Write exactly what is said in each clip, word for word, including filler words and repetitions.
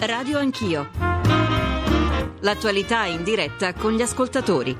Radio Anch'io. L'attualità in diretta con gli ascoltatori.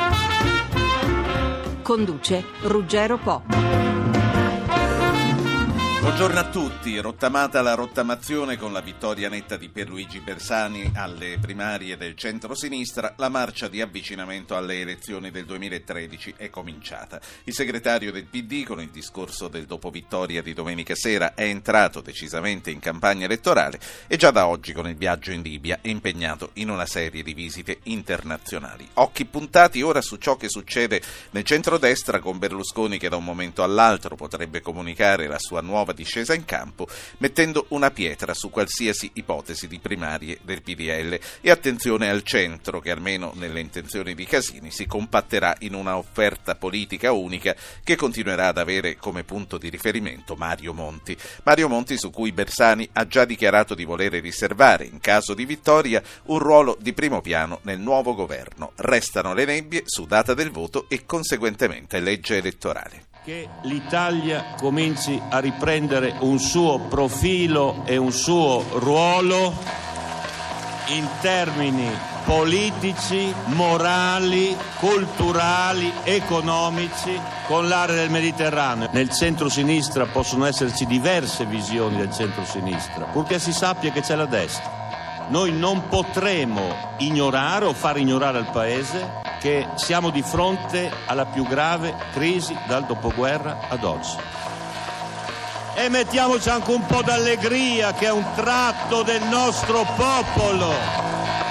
Conduce Ruggero Po. Buongiorno a tutti. Rottamata la rottamazione con la vittoria netta di Pierluigi Bersani alle primarie del centro-sinistra, la marcia di avvicinamento alle elezioni del duemilatredici è cominciata. Il segretario del P D, con il discorso del dopo vittoria di domenica sera, è entrato decisamente in campagna elettorale e già da oggi, con il viaggio in Libia, è impegnato in una serie di visite internazionali. Occhi puntati ora su ciò che succede nel centrodestra, con Berlusconi che da un momento all'altro potrebbe comunicare la sua nuova discesa in campo, mettendo una pietra su qualsiasi ipotesi di primarie del P D L. E attenzione al centro, che almeno nelle intenzioni di Casini si compatterà in una offerta politica unica che continuerà ad avere come punto di riferimento Mario Monti. Mario Monti, su cui Bersani ha già dichiarato di volere riservare, in caso di vittoria, un ruolo di primo piano nel nuovo governo. Restano le nebbie su data del voto e conseguentemente legge elettorale. Che l'Italia cominci a riprendere un suo profilo e un suo ruolo in termini politici, morali, culturali, economici con l'area del Mediterraneo. Nel centro-sinistra possono esserci diverse visioni del centro-sinistra, purché si sappia che c'è la destra. Noi non potremo ignorare o far ignorare al Paese che siamo di fronte alla più grave crisi dal dopoguerra ad oggi. E mettiamoci anche un po' d'allegria, che è un tratto del nostro popolo.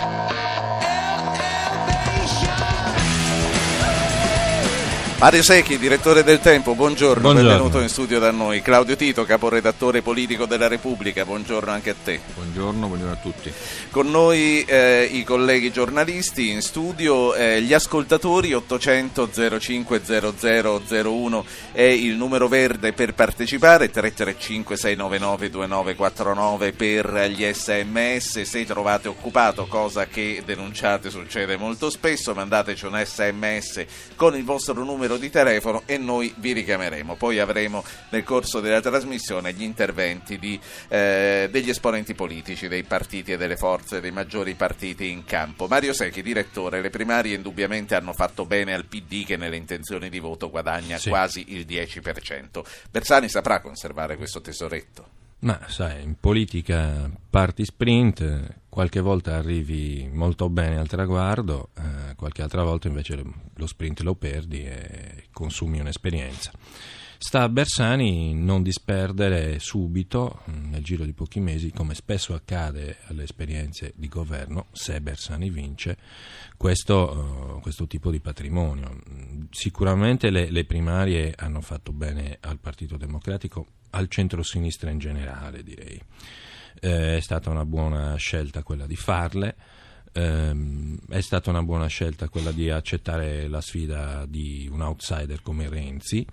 Mario Secchi, direttore del Tempo, buongiorno, buongiorno, benvenuto in studio da noi. Claudio Tito, caporedattore politico della Repubblica, buongiorno anche a te. Buongiorno, buongiorno a tutti. Con noi eh, i colleghi giornalisti in studio, eh, gli ascoltatori. Ottocento zero cinque zero zero zero uno è il numero verde per partecipare, tre tre cinque sei nove nove due nove quattro nove per gli sms. Se trovate occupato, cosa che denunciate succede molto spesso, mandateci un sms con il vostro numero di telefono e noi vi richiameremo. Poi avremo nel corso della trasmissione gli interventi di, eh, degli esponenti politici dei partiti e delle forze dei maggiori partiti in campo. Mario Secchi, direttore, le primarie indubbiamente hanno fatto bene al P D, che nelle intenzioni di voto guadagna sì. quasi il dieci per cento. Bersani saprà conservare questo tesoretto? Ma sai, in politica parti sprint, qualche volta arrivi molto bene al traguardo, eh, qualche altra volta invece lo sprint lo perdi e consumi un'esperienza. Sta a Bersani non disperdere subito, nel giro di pochi mesi, come spesso accade alle esperienze di governo, se Bersani vince, questo, uh, questo tipo di patrimonio. Sicuramente le, le primarie hanno fatto bene al Partito Democratico, al centro-sinistra in generale, direi. Eh, è stata una buona scelta quella di farle, ehm, è stata una buona scelta quella di accettare la sfida di un outsider come Renzi.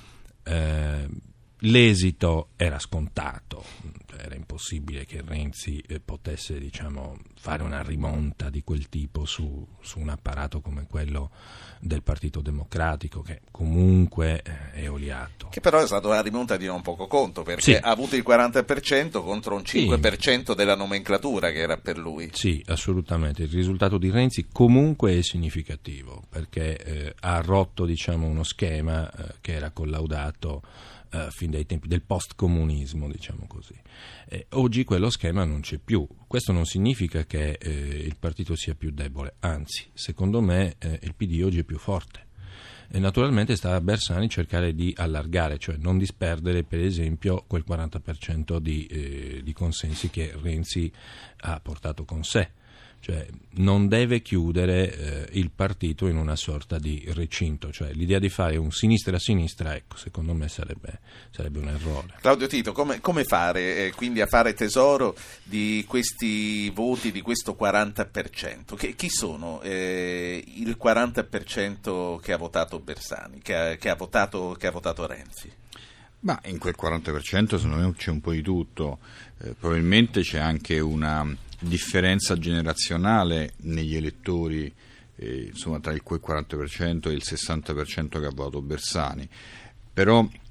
Eh, l'esito era scontato, era impossibile che Renzi eh, potesse, diciamo, fare una rimonta di quel tipo su, su un apparato come quello del Partito Democratico, che comunque eh, è oliato. Che però è stata una rimonta di non poco conto, perché sì. ha avuto il quaranta per cento contro un cinque per cento sì. della nomenclatura che era per lui. Sì, assolutamente. Il risultato di Renzi comunque è significativo, perché eh, ha rotto, diciamo, uno schema eh, che era collaudato Uh, fin dai tempi del post-comunismo, diciamo così. Eh, oggi quello schema non c'è più. Questo non significa che eh, il partito sia più debole, anzi, secondo me eh, il P D oggi è più forte. E naturalmente sta a Bersani cercare di allargare, cioè non disperdere per esempio quel quaranta per cento di, eh, di consensi che Renzi ha portato con sé. Cioè non deve chiudere eh, il partito in una sorta di recinto, cioè l'idea di fare un sinistra-sinistra, ecco, secondo me sarebbe, sarebbe un errore. Claudio Tito, come, come fare eh, quindi a fare tesoro di questi voti, di questo quaranta per cento? Che, chi sono eh, il quaranta per cento che ha votato Bersani, che ha, che ha votato, che ha votato Renzi? Ma in quel quaranta per cento secondo me c'è un po' di tutto, eh, probabilmente c'è anche una differenza generazionale negli elettori, eh, insomma tra il quel quaranta per cento e il sessanta per cento che ha votato Bersani, però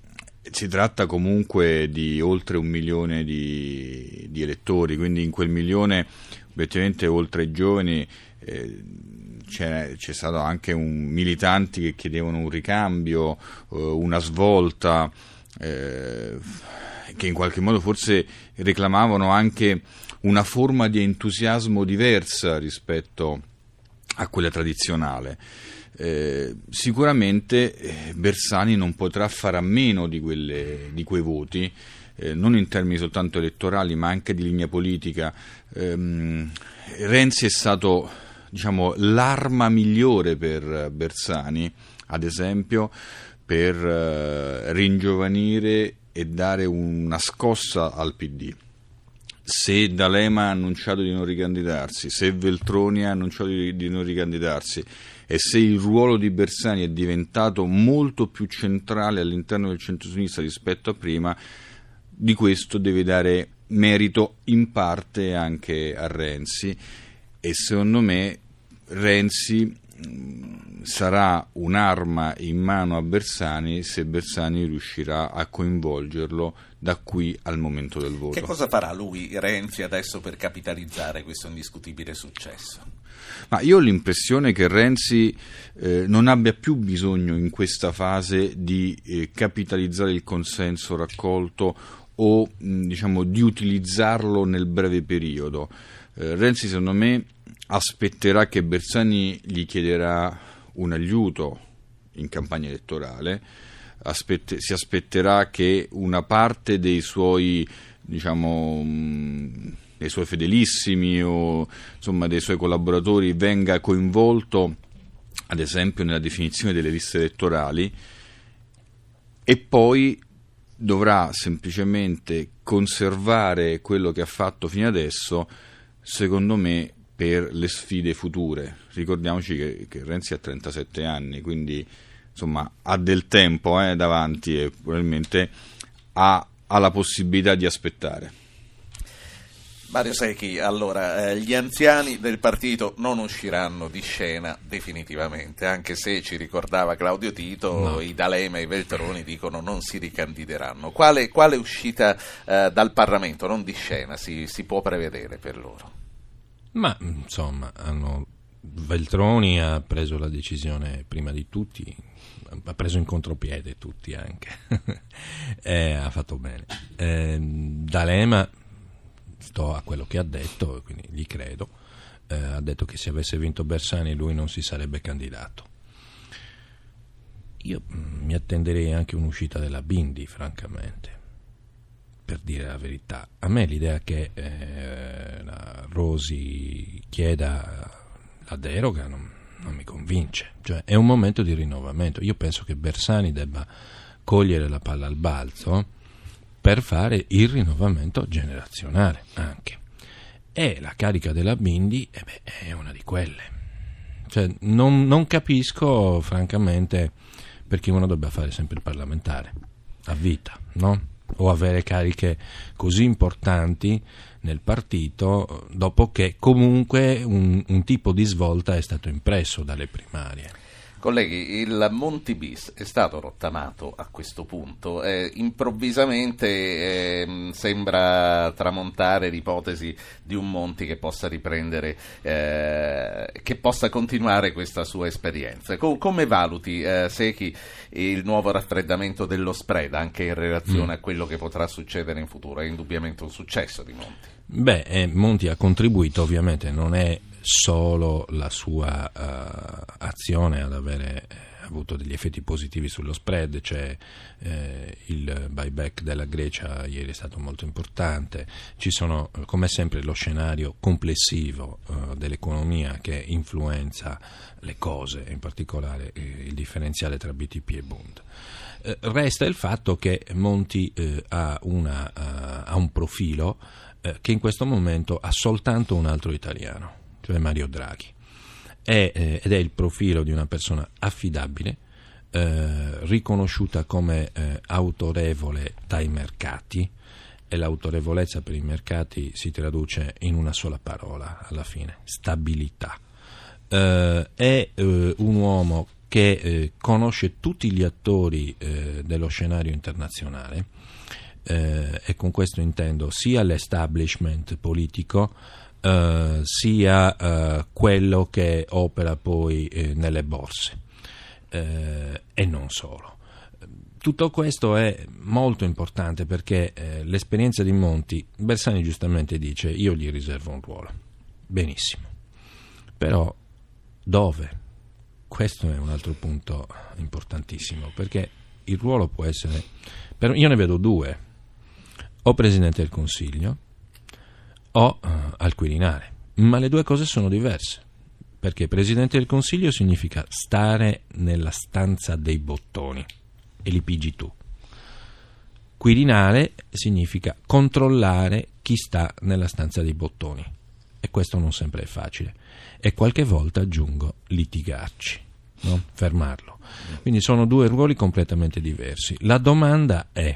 si tratta comunque di oltre un milione di, di elettori, quindi in quel milione obiettivamente oltre ai giovani eh, c'è, c'è stato anche un, militanti che chiedevano un ricambio, eh, una svolta, eh, che in qualche modo forse reclamavano anche una forma di entusiasmo diversa rispetto a quella tradizionale. Eh, sicuramente eh, Bersani non potrà fare a meno di, quelle, di quei voti, eh, non in termini soltanto elettorali ma anche di linea politica. ehm, Renzi è stato, diciamo, l'arma migliore per Bersani, ad esempio, per eh, ringiovanire e dare una scossa al P D. Se D'Alema ha annunciato di non ricandidarsi, se Veltroni ha annunciato di, di non ricandidarsi e se il ruolo di Bersani è diventato molto più centrale all'interno del centro-sinistra rispetto a prima, di questo deve dare merito in parte anche a Renzi, e secondo me Renzi mh, sarà un'arma in mano a Bersani se Bersani riuscirà a coinvolgerlo da qui al momento del voto. Che cosa farà lui, Renzi, adesso per capitalizzare questo indiscutibile successo? Ma io ho l'impressione che Renzi eh, non abbia più bisogno in questa fase di eh, capitalizzare il consenso raccolto o mh, diciamo di utilizzarlo nel breve periodo. Eh, Renzi, secondo me, aspetterà che Bersani gli chiederà un aiuto in campagna elettorale, aspette, si aspetterà che una parte dei suoi, diciamo, mh, dei suoi fedelissimi o insomma dei suoi collaboratori venga coinvolto, ad esempio, nella definizione delle liste elettorali, e poi dovrà semplicemente conservare quello che ha fatto fino adesso, secondo me, per le sfide future. Ricordiamoci che, che Renzi ha trentasette anni, quindi insomma ha del tempo eh, davanti e probabilmente ha, ha la possibilità di aspettare. Mario Secchi, allora, eh, gli anziani del partito non usciranno di scena definitivamente, anche se ci ricordava Claudio Tito, no. I D'Alema e i Veltroni dicono non si ricandideranno. Quale, quale uscita eh, dal Parlamento, non di scena, si, si può prevedere per loro? Ma insomma, hanno, Veltroni ha preso la decisione prima di tutti, ha preso in contropiede tutti anche, eh, ha fatto bene. Eh, D'Alema, sto a quello che ha detto, quindi gli credo, eh, ha detto che se avesse vinto Bersani lui non si sarebbe candidato. Io mh, mi attenderei anche un'uscita della Bindi, francamente, per dire la verità. A me l'idea che eh, la Rosi chieda la deroga non, non mi convince, cioè è un momento di rinnovamento. Io penso che Bersani debba cogliere la palla al balzo per fare il rinnovamento generazionale anche, e la carica della Bindi eh beh, è una di quelle, cioè, non, non capisco francamente perché uno debba fare sempre il parlamentare a vita, no? O avere cariche così importanti nel partito dopo che comunque un, un tipo di svolta è stato impresso dalle primarie. Colleghi, il Monti bis è stato rottamato a questo punto, eh, improvvisamente eh, sembra tramontare l'ipotesi di un Monti che possa riprendere, eh, che possa continuare questa sua esperienza. Com- come valuti, eh, Secchi, il nuovo raffreddamento dello spread anche in relazione mm. a quello che potrà succedere in futuro? È indubbiamente un successo di Monti. Beh, eh, Monti ha contribuito, ovviamente non è solo la sua uh, azione ad avere eh, avuto degli effetti positivi sullo spread, cioè eh, il buyback della Grecia ieri è stato molto importante, ci sono come sempre lo scenario complessivo uh, dell'economia che influenza le cose, in particolare eh, il differenziale tra B T P e Bund. Eh, resta il fatto che Monti eh, ha, una, uh, ha un profilo eh, che in questo momento ha soltanto un altro italiano, cioè Mario Draghi, è, eh, ed è il profilo di una persona affidabile, eh, riconosciuta come eh, autorevole dai mercati, e l'autorevolezza per i mercati si traduce in una sola parola alla fine: stabilità. Eh, è eh, un uomo che eh, conosce tutti gli attori eh, dello scenario internazionale, eh, e con questo intendo sia l'establishment politico eh, sia eh, quello che opera poi eh, nelle borse, eh, e non solo. Tutto questo è molto importante perché eh, l'esperienza di Monti, Bersani giustamente dice: io gli riservo un ruolo, benissimo, però dove? Questo è un altro punto importantissimo, perché il ruolo può essere, però io ne vedo due: o Presidente del Consiglio o uh, al Quirinale, ma le due cose sono diverse, perché Presidente del Consiglio significa stare nella stanza dei bottoni e li pigi tu. Quirinale significa controllare chi sta nella stanza dei bottoni, e questo non sempre è facile, e qualche volta, aggiungo, litigarci, no? Fermarlo. Quindi sono due ruoli completamente diversi. La domanda è: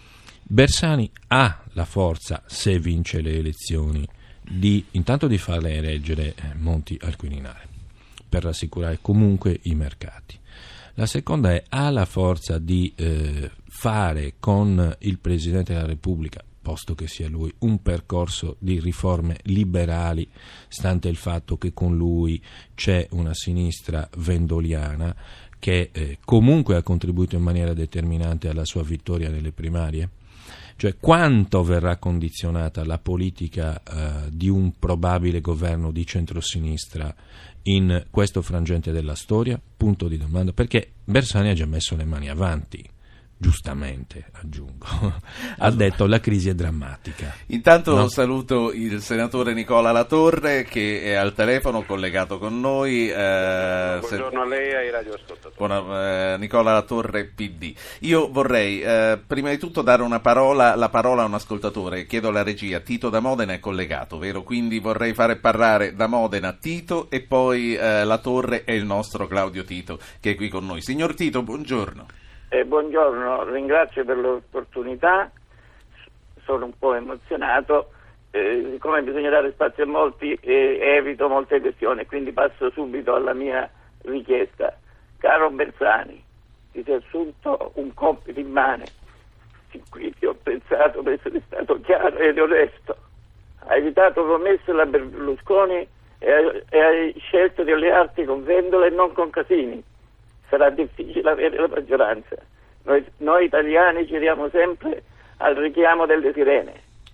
Bersani ha la forza, se vince le elezioni, di intanto di farle eleggere Monti al Quirinale per rassicurare comunque i mercati. La seconda è: ha la forza di eh, fare con il Presidente della Repubblica, posto che sia lui, un percorso di riforme liberali, stante il fatto che con lui c'è una sinistra vendoliana che eh, comunque ha contribuito in maniera determinante alla sua vittoria nelle primarie? Cioè, quanto verrà condizionata la politica eh, di un probabile governo di centrosinistra in questo frangente della storia? Punto di domanda, perché Bersani ha già messo le mani avanti, giustamente, aggiungo, ha detto la crisi è drammatica. Intanto no? Saluto il senatore Nicola Latorre, che è al telefono collegato con noi. Eh, Buongiorno se... a lei e ai radioascoltatori. Buona, eh, Nicola Latorre, P D. Io vorrei eh, prima di tutto dare una parola, la parola a un ascoltatore. Chiedo alla regia: Tito da Modena è collegato, vero? Quindi vorrei fare parlare da Modena Tito e poi eh, Latorre e il nostro Claudio Tito, che è qui con noi. Signor Tito, buongiorno. Eh, buongiorno, ringrazio per l'opportunità, sono un po' emozionato, eh, siccome bisogna dare spazio a molti eh, evito molte questioni, quindi passo subito alla mia richiesta. Caro Bersani, ti sei assunto un compito immane, sin qui ti ho pensato per essere stato chiaro ed onesto, hai evitato promesse alla Berlusconi e hai, e hai scelto di allearti con Vendola e non con Casini. Sarà difficile avere la maggioranza. Noi, noi italiani giriamo sempre al richiamo delle sirene.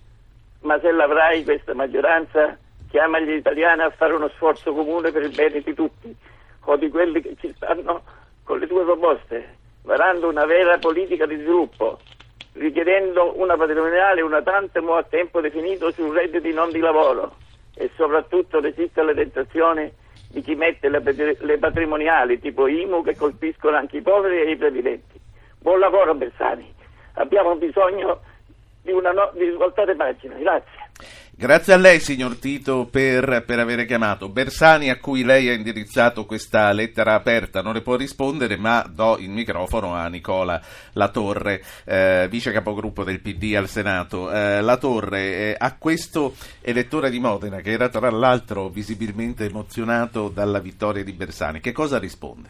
Ma se l'avrai questa maggioranza, chiama gli italiani a fare uno sforzo comune per il bene di tutti, o di quelli che ci stanno con le tue proposte, varando una vera politica di sviluppo, richiedendo una patrimoniale, una tantum a tempo definito su redditi non di lavoro, e soprattutto resiste alle tentazioni di chi mette le, le patrimoniali tipo I M U che colpiscono anche i poveri e i previdenti. Buon lavoro Bersani, abbiamo bisogno di, una no- di svoltare pagina, grazie. Grazie a lei, signor Tito, per, per aver chiamato. Bersani, a cui lei ha indirizzato questa lettera aperta, non le può rispondere, ma do il microfono a Nicola Latorre, eh, vice capogruppo del P D al Senato. Eh, Latorre, eh, a questo elettore di Modena, che era tra l'altro visibilmente emozionato dalla vittoria di Bersani, che cosa risponde?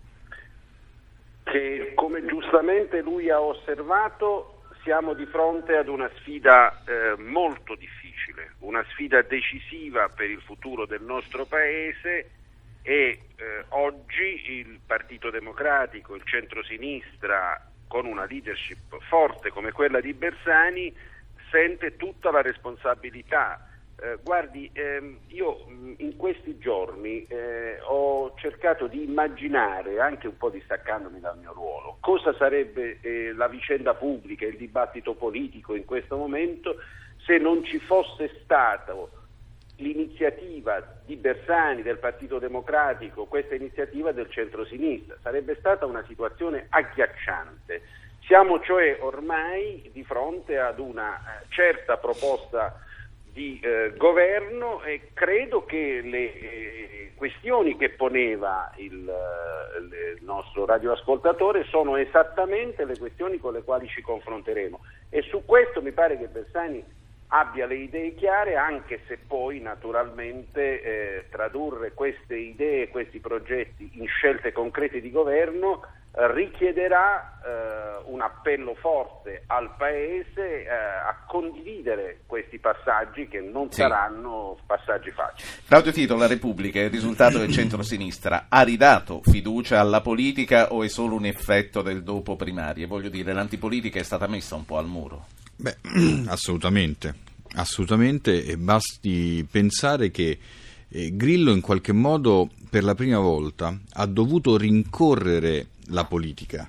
Che, come giustamente lui ha osservato, siamo di fronte ad una sfida eh, molto difficile, una sfida decisiva per il futuro del nostro Paese e eh, oggi il Partito Democratico, il centrosinistra, con una leadership forte come quella di Bersani, sente tutta la responsabilità. Eh, guardi, ehm, io in questi giorni eh, ho cercato di immaginare, anche un po' distaccandomi dal mio ruolo, cosa sarebbe eh, la vicenda pubblica, il dibattito politico in questo momento se non ci fosse stato l'iniziativa di Bersani, del Partito Democratico, questa iniziativa del centrosinistra. Sarebbe stata una situazione agghiacciante. Siamo cioè ormai di fronte ad una certa proposta di eh, governo e credo che le eh, questioni che poneva il, il nostro radioascoltatore sono esattamente le questioni con le quali ci confronteremo, e su questo mi pare che Bersani abbia le idee chiare, anche se poi naturalmente eh, tradurre queste idee, questi progetti in scelte concrete di governo eh, richiederà eh, un appello forte al Paese eh, a condividere questi passaggi, che non sì. saranno passaggi facili. Claudio Tito, la Repubblica, il risultato del centro-sinistra ha ridato fiducia alla politica o è solo un effetto del dopo primarie? Voglio dire, l'antipolitica è stata messa un po' al muro. Beh, assolutamente, assolutamente, e basti pensare che eh, Grillo in qualche modo per la prima volta ha dovuto rincorrere la politica,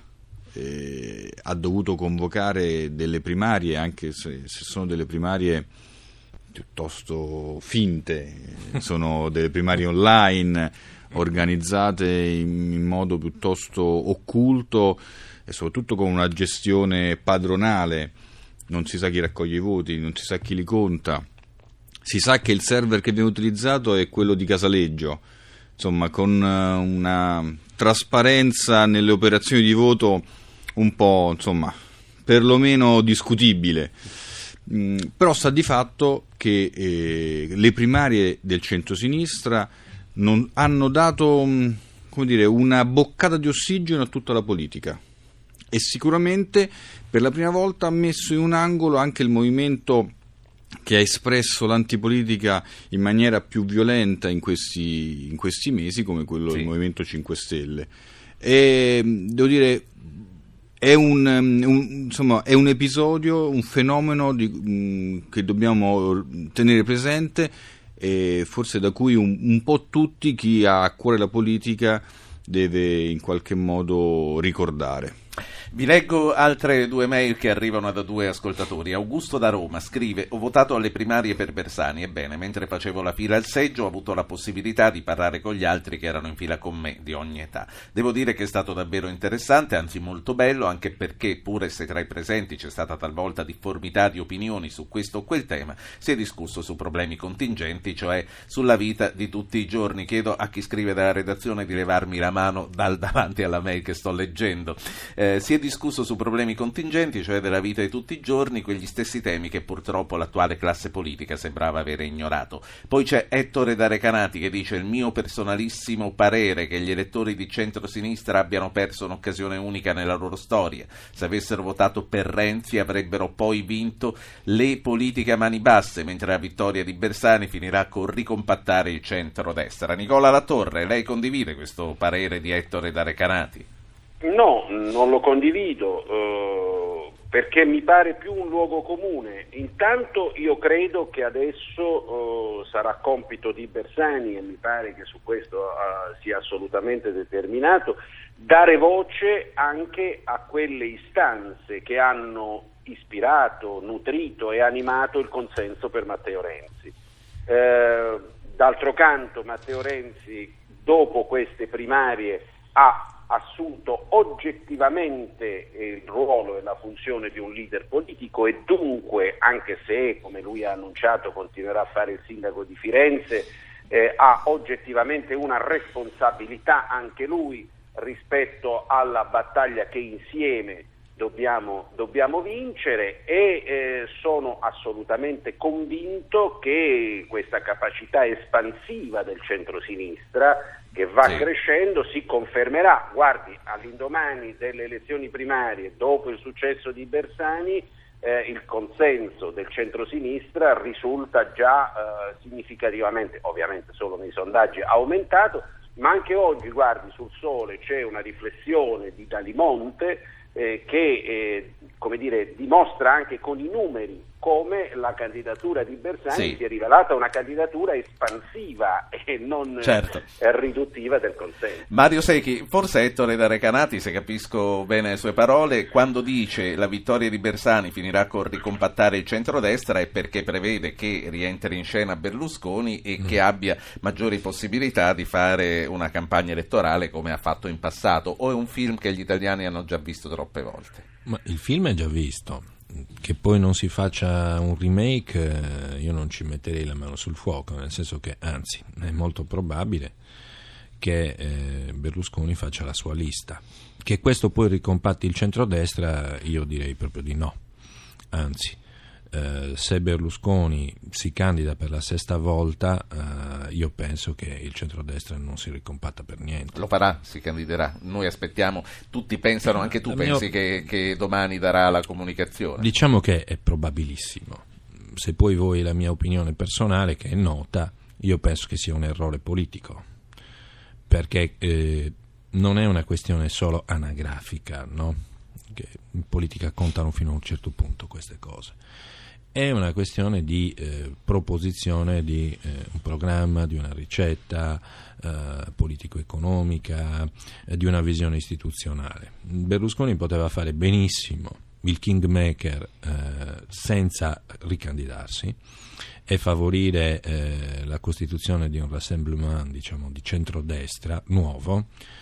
eh, ha dovuto convocare delle primarie, anche se, se sono delle primarie piuttosto finte, sono delle primarie online organizzate in, in modo piuttosto occulto e soprattutto con una gestione padronale. Non si sa chi raccoglie i voti, non si sa chi li conta, si sa che il server che viene utilizzato è quello di Casaleggio, insomma con una trasparenza nelle operazioni di voto un po', insomma, perlomeno discutibile. Mm, però sta di fatto che eh, le primarie del centrosinistra non hanno dato, mm, come dire, una boccata di ossigeno a tutta la politica. E sicuramente per la prima volta ha messo in un angolo anche il movimento che ha espresso l'antipolitica in maniera più violenta in questi, in questi mesi, come quello sì. del Movimento cinque Stelle. E devo dire, è un, un, insomma, è un episodio, un fenomeno di, mh, che dobbiamo tenere presente e forse da cui un, un po' tutti, chi ha a cuore la politica, deve in qualche modo ricordare. Vi leggo altre due mail che arrivano da due ascoltatori. Augusto da Roma scrive: ho votato alle primarie per Bersani, ebbene mentre facevo la fila al seggio ho avuto la possibilità di parlare con gli altri che erano in fila con me, di ogni età. Devo dire che è stato davvero interessante, anzi molto bello, anche perché pure se tra i presenti c'è stata talvolta difformità di opinioni su questo o quel tema, si è discusso su problemi contingenti, cioè sulla vita di tutti i giorni. Chiedo a chi scrive dalla redazione di levarmi la mano dal davanti alla mail che sto leggendo. Eh, si è discusso su problemi contingenti, cioè della vita di tutti i giorni, quegli stessi temi che purtroppo l'attuale classe politica sembrava avere ignorato. Poi c'è Ettore da Recanati che dice: il mio personalissimo parere che gli elettori di centrosinistra abbiano perso un'occasione unica nella loro storia. Se avessero votato per Renzi avrebbero poi vinto le politiche a mani basse, mentre la vittoria di Bersani finirà con ricompattare il centrodestra. Nicola Latorre, lei condivide questo parere di Ettore da Recanati? No, non lo condivido, eh, perché mi pare più un luogo comune. Intanto io credo che adesso eh, sarà compito di Bersani, e mi pare che su questo eh, sia assolutamente determinato, dare voce anche a quelle istanze che hanno ispirato, nutrito e animato il consenso per Matteo Renzi. Eh, d'altro canto Matteo Renzi, dopo queste primarie, ha assunto oggettivamente il ruolo e la funzione di un leader politico e dunque, anche se come lui ha annunciato continuerà a fare il sindaco di Firenze, eh, ha oggettivamente una responsabilità anche lui rispetto alla battaglia che insieme dobbiamo, dobbiamo vincere e eh, sono assolutamente convinto che questa capacità espansiva del centrosinistra, che va sì. crescendo, si confermerà. Guardi, all'indomani delle elezioni primarie, dopo il successo di Bersani, eh, il consenso del centrosinistra risulta già eh, significativamente, ovviamente solo nei sondaggi, aumentato, ma anche oggi, guardi, sul Sole c'è una riflessione di Dalimonte eh, che eh, come dire, dimostra anche con i numeri come la candidatura di Bersani sì. si è rivelata una candidatura espansiva e non certo. riduttiva del consenso. Mario Secchi, forse Ettore da Recanati, se capisco bene le sue parole, quando dice la vittoria di Bersani finirà con ricompattare il centrodestra è perché prevede che rientri in scena Berlusconi e mm. che abbia maggiori possibilità di fare una campagna elettorale come ha fatto in passato, o è un film che gli italiani hanno già visto troppe volte? Ma il film è già visto. Che poi non si faccia un remake, eh, io non ci metterei la mano sul fuoco, nel senso che anzi è molto probabile che eh, Berlusconi faccia la sua lista. Che questo poi ricompatti il centrodestra, io direi proprio di no, anzi Eh, se Berlusconi si candida per la sesta volta, eh, io penso che il centrodestra non si ricompatta per niente. Lo farà, si candiderà. Noi aspettiamo, tutti pensano, anche tu La pensi mia... che, che domani darà la comunicazione? Diciamo che è probabilissimo. Se poi voi la mia opinione personale, che è nota, io penso che sia un errore politico, perché eh, non è una questione solo anagrafica, no? Che in politica contano fino a un certo punto queste cose. È una questione di eh, proposizione di eh, un programma, di una ricetta eh, politico-economica, eh, di una visione istituzionale. Berlusconi poteva fare benissimo il kingmaker eh, senza ricandidarsi e favorire eh, la costituzione di un rassemblement, diciamo, di centrodestra nuovo.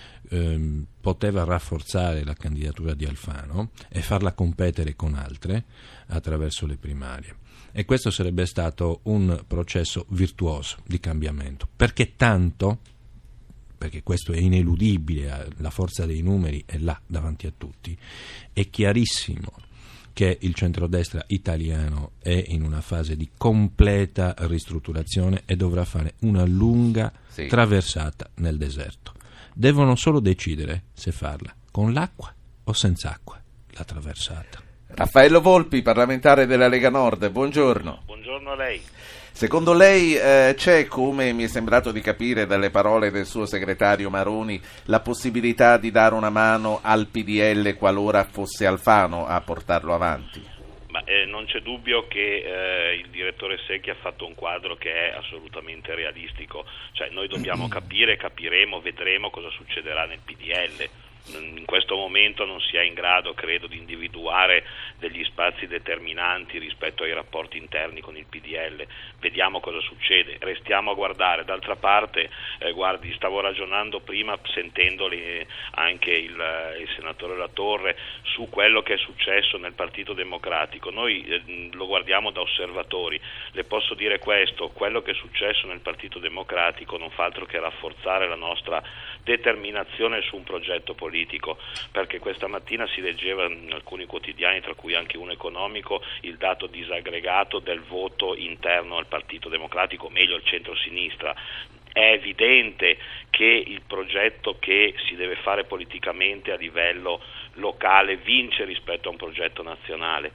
Ehm, poteva rafforzare la candidatura di Alfano e farla competere con altre attraverso le primarie, e questo sarebbe stato un processo virtuoso di cambiamento, perché tanto, perché questo è ineludibile, la forza dei numeri è là davanti a tutti, è chiarissimo che il centrodestra italiano è in una fase di completa ristrutturazione e dovrà fare una lunga sì. traversata nel deserto. Devono solo decidere se farla con l'acqua o senza acqua, la traversata. Raffaello Volpi, parlamentare della Lega Nord, buongiorno. Buongiorno a lei. Secondo lei eh, c'è, come mi è sembrato di capire dalle parole del suo segretario Maroni, la possibilità di dare una mano al P D L qualora fosse Alfano a portarlo avanti? Ma, eh, non c'è dubbio che eh, il direttore Secchi ha fatto un quadro che è assolutamente realistico, cioè noi dobbiamo capire, capiremo, vedremo cosa succederà nel P D L. In questo momento non si è in grado, credo, di individuare degli spazi determinanti rispetto ai rapporti interni con il P D L. Vediamo cosa succede, restiamo a guardare. D'altra parte, eh, guardi, stavo ragionando prima, sentendoli anche il, il senatore Latorre, su quello che è successo nel Partito Democratico. Noi eh, lo guardiamo da osservatori. Le posso dire questo: quello che è successo nel Partito Democratico non fa altro che rafforzare la nostra determinazione su un progetto politico, perché questa mattina si leggeva in alcuni quotidiani, tra cui anche uno economico, il dato disaggregato del voto interno al Partito Democratico, meglio il centro-sinistra. È evidente che il progetto che si deve fare politicamente a livello locale vince rispetto a un progetto nazionale.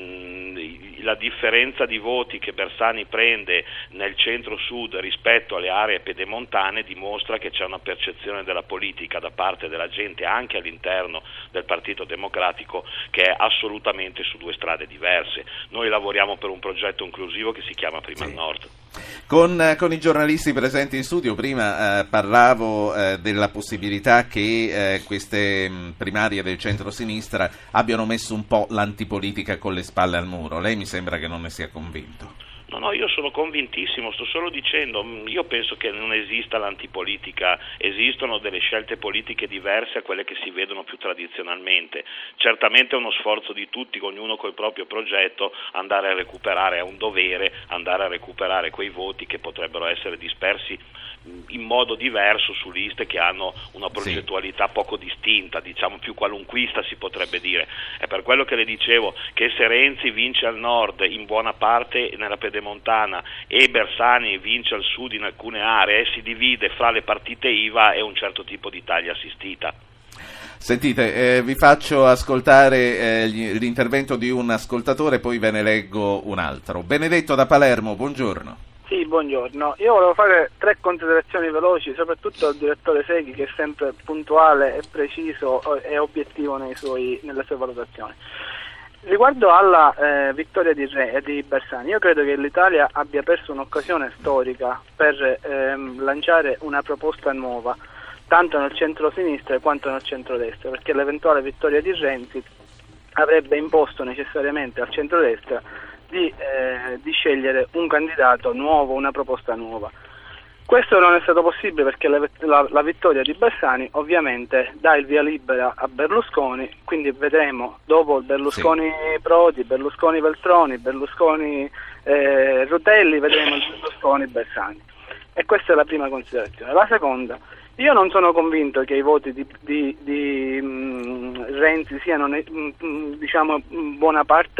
Mm, la differenza di voti che Bersani prende nel centro-sud rispetto alle aree pedemontane dimostra che c'è una percezione della politica da parte della gente, anche all'interno del Partito Democratico, che è assolutamente su due strade diverse. Noi lavoriamo per un progetto inclusivo che si chiama Prima sì. al Nord. Con, con i giornalisti presenti in studio prima eh, parlavo eh, della possibilità che eh, queste mh, primarie del centro-sinistra abbiano messo un po' l'antipolitica con le spalle al muro. Lei mi sembra che non ne sia convinto. No, no, io sono convintissimo, sto solo dicendo, io penso che non esista l'antipolitica, esistono delle scelte politiche diverse a quelle che si vedono più tradizionalmente. Certamente è uno sforzo di tutti, ognuno col proprio progetto, andare a recuperare, è un dovere andare a recuperare quei voti che potrebbero essere dispersi in modo diverso su liste che hanno una progettualità sì. poco distinta, diciamo più qualunquista si potrebbe dire. È per quello che le dicevo che se Renzi vince al nord in buona parte nella pedemontana e Bersani vince al sud in alcune aree, si divide fra le partite I V A e un certo tipo di Italia assistita. Sentite, eh, vi faccio ascoltare eh, gli, l'intervento di un ascoltatore, poi ve ne leggo un altro. Benedetto da Palermo, buongiorno. Sì, buongiorno. Io volevo fare tre considerazioni veloci, soprattutto al direttore Secchi, che è sempre puntuale e preciso e obiettivo nei suoi, nelle sue valutazioni. Riguardo alla eh, vittoria di, Re, di Bersani, io credo che l'Italia abbia perso un'occasione storica per ehm, lanciare una proposta nuova, tanto nel centro-sinistra quanto nel centro-destra, perché l'eventuale vittoria di Renzi avrebbe imposto necessariamente al centro-destra Di, eh, di scegliere un candidato nuovo, una proposta nuova. Questo non è stato possibile perché la, la, la vittoria di Bersani ovviamente dà il via libera a Berlusconi, quindi vedremo dopo Berlusconi sì. Prodi, Berlusconi Veltroni, Berlusconi eh, Rutelli, vedremo il Berlusconi Bersani. E questa è la prima considerazione. La seconda, io non sono convinto che i voti di, di, di mh, Renzi siano, mh, diciamo, in buona parte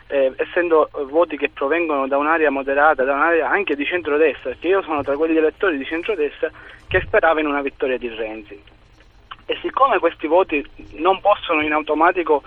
eh, essendo voti che provengono da un'area moderata, da un'area anche di centrodestra, perché io sono tra quegli elettori di centrodestra che sperava in una vittoria di Renzi. E siccome questi voti non possono in automatico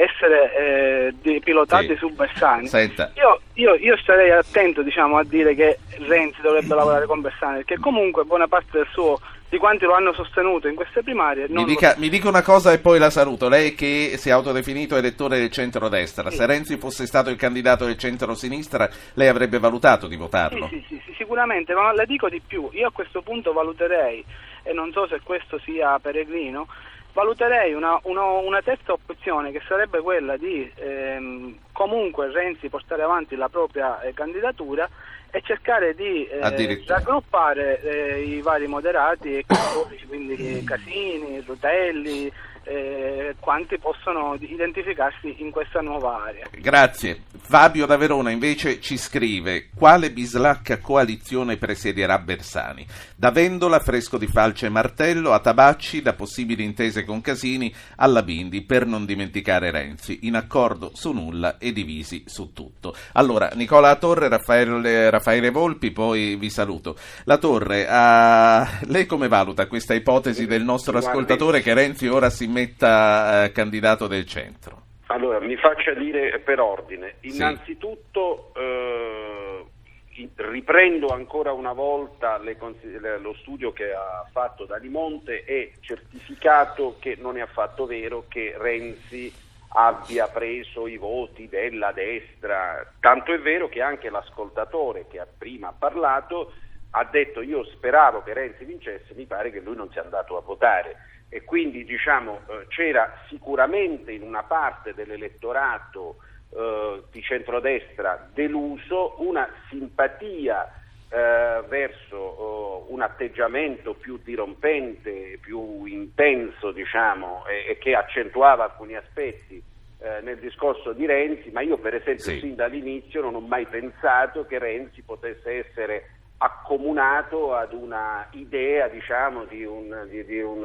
essere eh, pilotati sì. su Bersani, Senta. io, io, io starei attento, diciamo, a dire che Renzi dovrebbe lavorare con Bersani, perché comunque buona parte del suo, di quanti lo hanno sostenuto in queste primarie non mi, dica, lo... mi dica una cosa e poi la saluto. Lei che si è autodefinito elettore del centrodestra, sì. se Renzi fosse stato il candidato del centrosinistra, lei avrebbe valutato di votarlo? Sì, sì, sì, sì, sicuramente, ma le dico di più, io a questo punto valuterei, e non so se questo sia peregrino, valuterei una, una, una terza opzione, che sarebbe quella di ehm, comunque Renzi portare avanti la propria eh, candidatura e cercare di eh, raggruppare eh, i vari moderati e cattolici, quindi Casini, Rutelli, eh, quanti possono identificarsi in questa nuova area. Grazie. Fabio da Verona invece ci scrive: quale bislacca coalizione presiederà Bersani? Da Vendola, Fresco di Falce e Martello, a Tabacci, da possibili intese con Casini, alla Bindi, per non dimenticare Renzi, in accordo su nulla e divisi su tutto. Allora, Nicola Torre, Raffaele, Raffaele Volpi, poi vi saluto. La Torre, uh, lei come valuta questa ipotesi del nostro ascoltatore che Renzi ora si metta uh, candidato del centro? Allora, mi faccia dire per ordine. Innanzitutto eh, riprendo ancora una volta le, lo studio che ha fatto Dalimonte e certificato che non è affatto vero che Renzi abbia preso i voti della destra, tanto è vero che anche l'ascoltatore che prima ha parlato ha detto: io speravo che Renzi vincesse, mi pare che lui non sia andato a votare. E quindi diciamo eh, c'era sicuramente in una parte dell'elettorato eh, di centrodestra deluso una simpatia eh, verso eh, un atteggiamento più dirompente, più intenso, diciamo, e, e che accentuava alcuni aspetti eh, nel discorso di Renzi, ma io per esempio sì. sin dall'inizio non ho mai pensato che Renzi potesse essere accomunato ad una idea, diciamo, di un, di, di, un,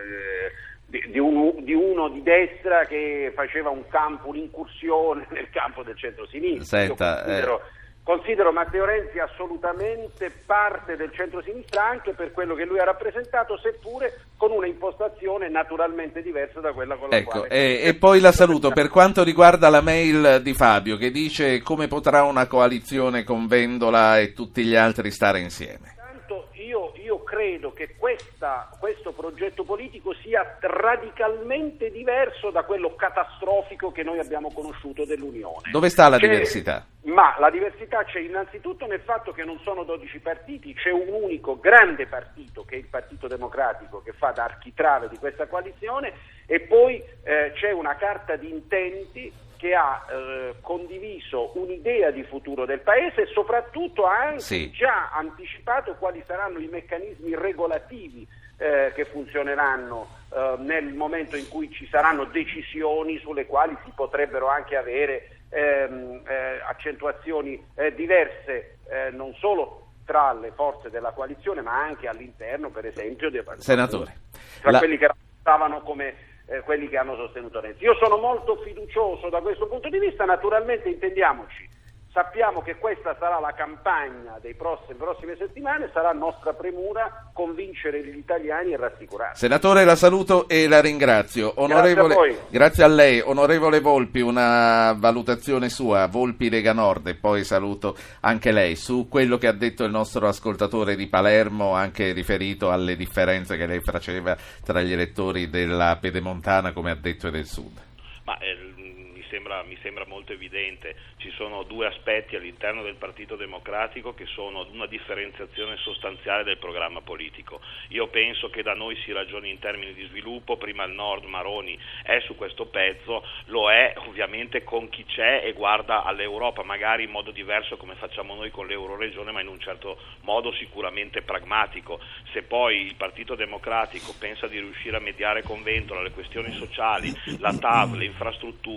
di, di, un, di uno di destra che faceva un campo, un'incursione nel campo del centro-sinistra. Senta, Io considero, eh... considero Matteo Renzi assolutamente parte del centro-sinistra anche per quello che lui ha rappresentato, seppure con una impostazione naturalmente diversa da quella con la ecco, quale... E, e poi la saluto. Per quanto riguarda la mail di Fabio che dice: come potrà una coalizione con Vendola e tutti gli altri stare insieme? Tanto io, io credo che questa, questo progetto politico sia radicalmente diverso da quello catastrofico che noi abbiamo conosciuto dell'Unione. Dove sta la c'è, diversità? Ma la diversità c'è innanzitutto nel fatto che non sono dodici partiti, c'è un unico grande partito che è il Partito Democratico che fa da architrave di questa coalizione, e poi eh, c'è una carta di intenti che ha eh, condiviso un'idea di futuro del Paese e soprattutto ha anche sì. già anticipato quali saranno i meccanismi regolativi eh, che funzioneranno eh, nel momento in cui ci saranno decisioni sulle quali si potrebbero anche avere ehm, eh, accentuazioni eh, diverse, eh, non solo tra le forze della coalizione ma anche all'interno, per esempio, dei partiti, senatore, tra la... quelli che rappresentavano come Eh, quelli che hanno sostenuto Renzi. Io sono molto fiducioso da questo punto di vista, naturalmente intendiamoci, sappiamo che questa sarà la campagna dei prossimi, prossime settimane, sarà nostra premura convincere gli italiani e rassicurarli. Senatore, la saluto e la ringrazio. Onorevole, grazie a voi. Grazie a lei. Onorevole Volpi, una valutazione sua, Volpi Lega Nord, e poi saluto anche lei, su quello che ha detto il nostro ascoltatore di Palermo, anche riferito alle differenze che lei faceva tra gli elettori della Pedemontana, come ha detto, e del Sud. Ma eh, mi sembra, mi sembra molto evidente, ci sono due aspetti all'interno del Partito Democratico che sono una differenziazione sostanziale del programma politico. Io penso che da noi si ragioni in termini di sviluppo, prima il Nord, Maroni è su questo pezzo, lo è ovviamente con chi c'è e guarda all'Europa, magari in modo diverso come facciamo noi con l'Euroregione, ma in un certo modo sicuramente pragmatico. Se poi il Partito Democratico pensa di riuscire a mediare con Vendola le questioni sociali, la T A V, le infrastrutture,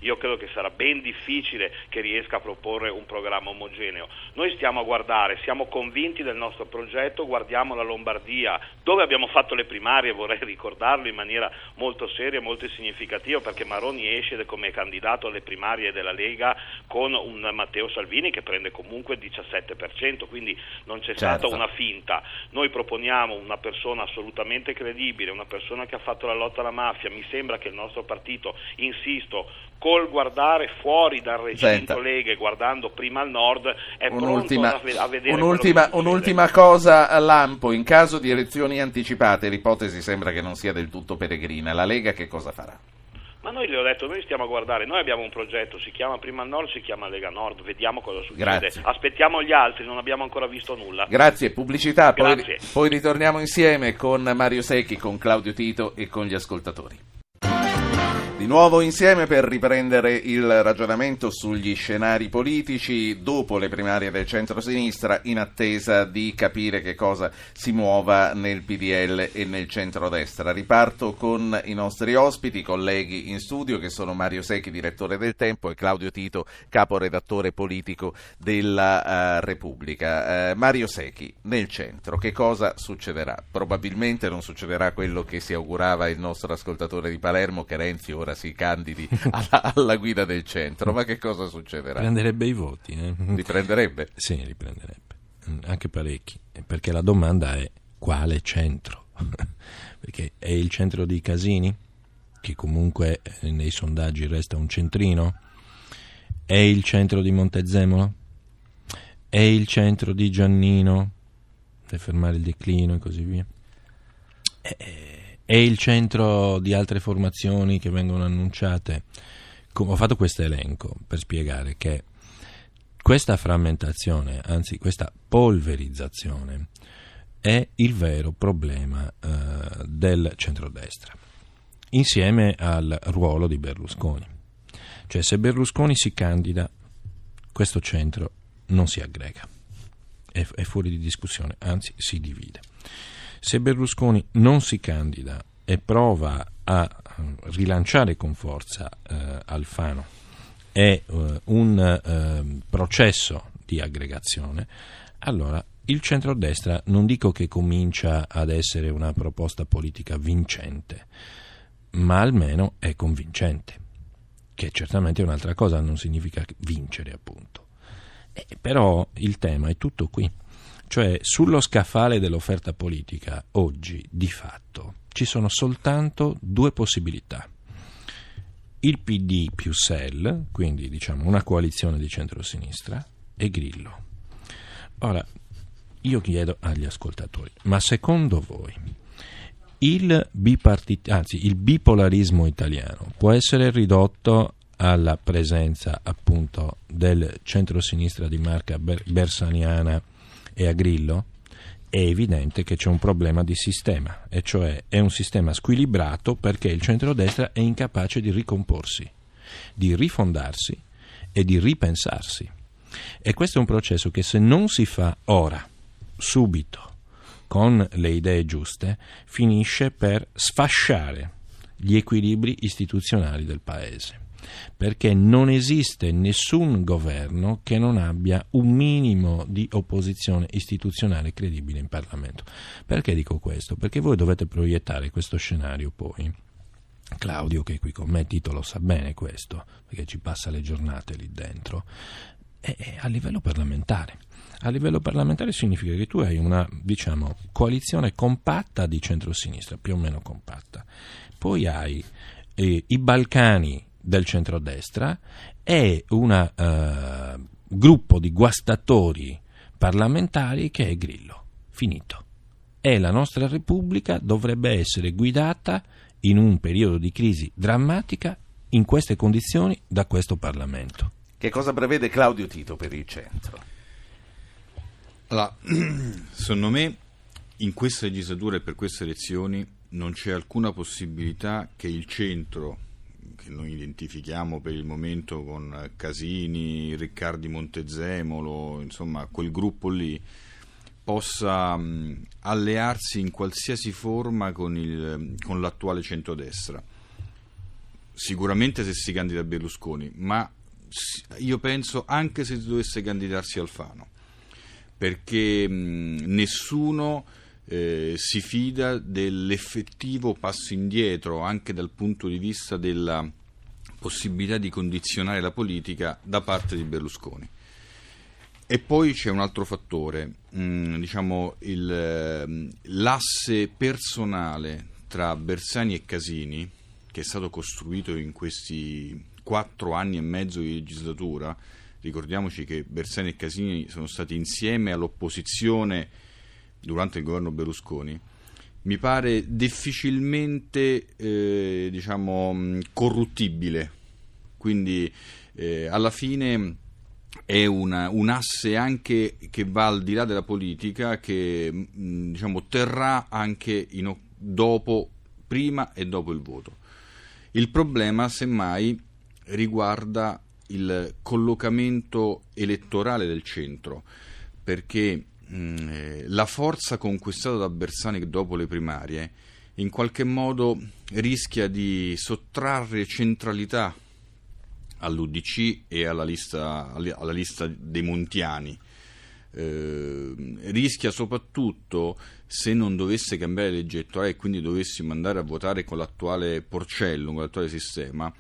io credo che sarà ben difficile che riesca a proporre un programma omogeneo. Noi stiamo a guardare, siamo convinti del nostro progetto, guardiamo la Lombardia, dove abbiamo fatto le primarie, vorrei ricordarlo in maniera molto seria e molto significativa, perché Maroni esce come candidato alle primarie della Lega con un Matteo Salvini che prende comunque il diciassette per cento, quindi non c'è certo. stata una finta. Noi proponiamo una persona assolutamente credibile, una persona che ha fatto la lotta alla mafia. Mi sembra che il nostro partito, insisto, col guardare fuori dal recinto Senta. Lega e guardando prima al nord, è Un'ultima, pronto a, a vedere un'ultima, quello che un'ultima cosa a lampo: in caso di elezioni anticipate, l'ipotesi sembra che non sia del tutto peregrina, la Lega che cosa farà? Ma noi le ho detto, noi stiamo a guardare, noi abbiamo un progetto, si chiama Prima al Nord, si chiama Lega Nord, vediamo cosa succede. Grazie. Aspettiamo gli altri, non abbiamo ancora visto nulla. Grazie, pubblicità, poi, Grazie. poi ritorniamo insieme con Mario Secchi, con Claudio Tito e con gli ascoltatori. Di nuovo insieme per riprendere il ragionamento sugli scenari politici dopo le primarie del centro-sinistra, in attesa di capire che cosa si muova nel P D L e nel centrodestra. Riparto con i nostri ospiti, colleghi in studio, che sono Mario Secchi, direttore del Tempo, e Claudio Tito, caporedattore politico della uh, Repubblica. Uh, Mario Secchi, nel centro che cosa succederà? Probabilmente non succederà quello che si augurava il nostro ascoltatore di Palermo, che Renzi ora si candidi alla, alla guida del centro, ma che cosa succederà? Prenderebbe i voti. Eh? Li prenderebbe? Sì, li prenderebbe, anche parecchi, perché la domanda è: quale centro? Perché è il centro di Casini, che comunque nei sondaggi resta un centrino? È il centro di Montezemolo? È il centro di Giannino, per fermare il declino e così via? È, è il centro di altre formazioni che vengono annunciate? Come ho fatto questo elenco per spiegare che questa frammentazione, anzi questa polverizzazione, è il vero problema eh, del centrodestra, insieme al ruolo di Berlusconi. Cioè, se Berlusconi si candida, questo centro non si aggrega, è, è fuori di discussione, anzi si divide. Se Berlusconi non si candida e prova a rilanciare con forza eh, Alfano e eh, un eh, processo di aggregazione, allora il centrodestra non dico che comincia ad essere una proposta politica vincente, ma almeno è convincente, che certamente è un'altra cosa, non significa vincere, appunto. Eh, però il tema è tutto qui. Cioè, sullo scaffale dell'offerta politica oggi, di fatto, ci sono soltanto due possibilità. Il P D più S E L, quindi diciamo una coalizione di centrosinistra, e Grillo. Ora, io chiedo agli ascoltatori, ma secondo voi il bipartit- anzi, il bipolarismo italiano può essere ridotto alla presenza, appunto, del centrosinistra di marca ber- bersaniana e a Grillo? È evidente che c'è un problema di sistema, e cioè è un sistema squilibrato perché il centrodestra è incapace di ricomporsi, di rifondarsi e di ripensarsi. E questo è un processo che, se non si fa ora, subito, con le idee giuste, finisce per sfasciare gli equilibri istituzionali del Paese. Perché non esiste nessun governo che non abbia un minimo di opposizione istituzionale credibile in Parlamento. Perché dico questo? Perché voi dovete proiettare questo scenario poi. Claudio, che è qui con me, Tito lo sa bene questo, perché ci passa le giornate lì dentro, è, è a livello parlamentare. A livello parlamentare significa che tu hai una, diciamo, coalizione compatta di centrosinistra, più o meno compatta. Poi hai eh, i Balcani del centrodestra e un uh, gruppo di guastatori parlamentari che è Grillo. Finito. E la nostra Repubblica dovrebbe essere guidata in un periodo di crisi drammatica in queste condizioni da questo Parlamento. Che cosa prevede Claudio Tito per il centro? Allora, secondo me in questa legislatura e per queste elezioni non c'è alcuna possibilità che il centro, che noi identifichiamo per il momento con Casini, Riccardi Montezemolo, insomma quel gruppo lì, possa mh, allearsi in qualsiasi forma con, il, con l'attuale centrodestra. sicuramente se si candida Berlusconi, ma io penso anche se dovesse candidarsi Alfano, perché mh, nessuno eh, si fida dell'effettivo passo indietro anche dal punto di vista della possibilità di condizionare la politica da parte di Berlusconi. E poi c'è un altro fattore, mh, diciamo il, l'asse personale tra Bersani e Casini, che è stato costruito in questi quattro anni e mezzo di legislatura. Ricordiamoci che Bersani e Casini sono stati insieme all'opposizione durante il governo Berlusconi. Mi pare difficilmente eh, diciamo corruttibile, quindi eh, alla fine è una, un asse anche che va al di là della politica, che mh, diciamo terrà anche in, dopo, prima e dopo il voto. Il problema semmai riguarda il collocamento elettorale del centro, perché mh, la forza conquistata da Bersani dopo le primarie in qualche modo rischia di sottrarre centralità all'U D C e alla lista, alla lista dei montiani. Eh, rischia soprattutto, se non dovesse cambiare legge elettorale e quindi dovessimo andare a votare con l'attuale porcellum, con l'attuale sistema,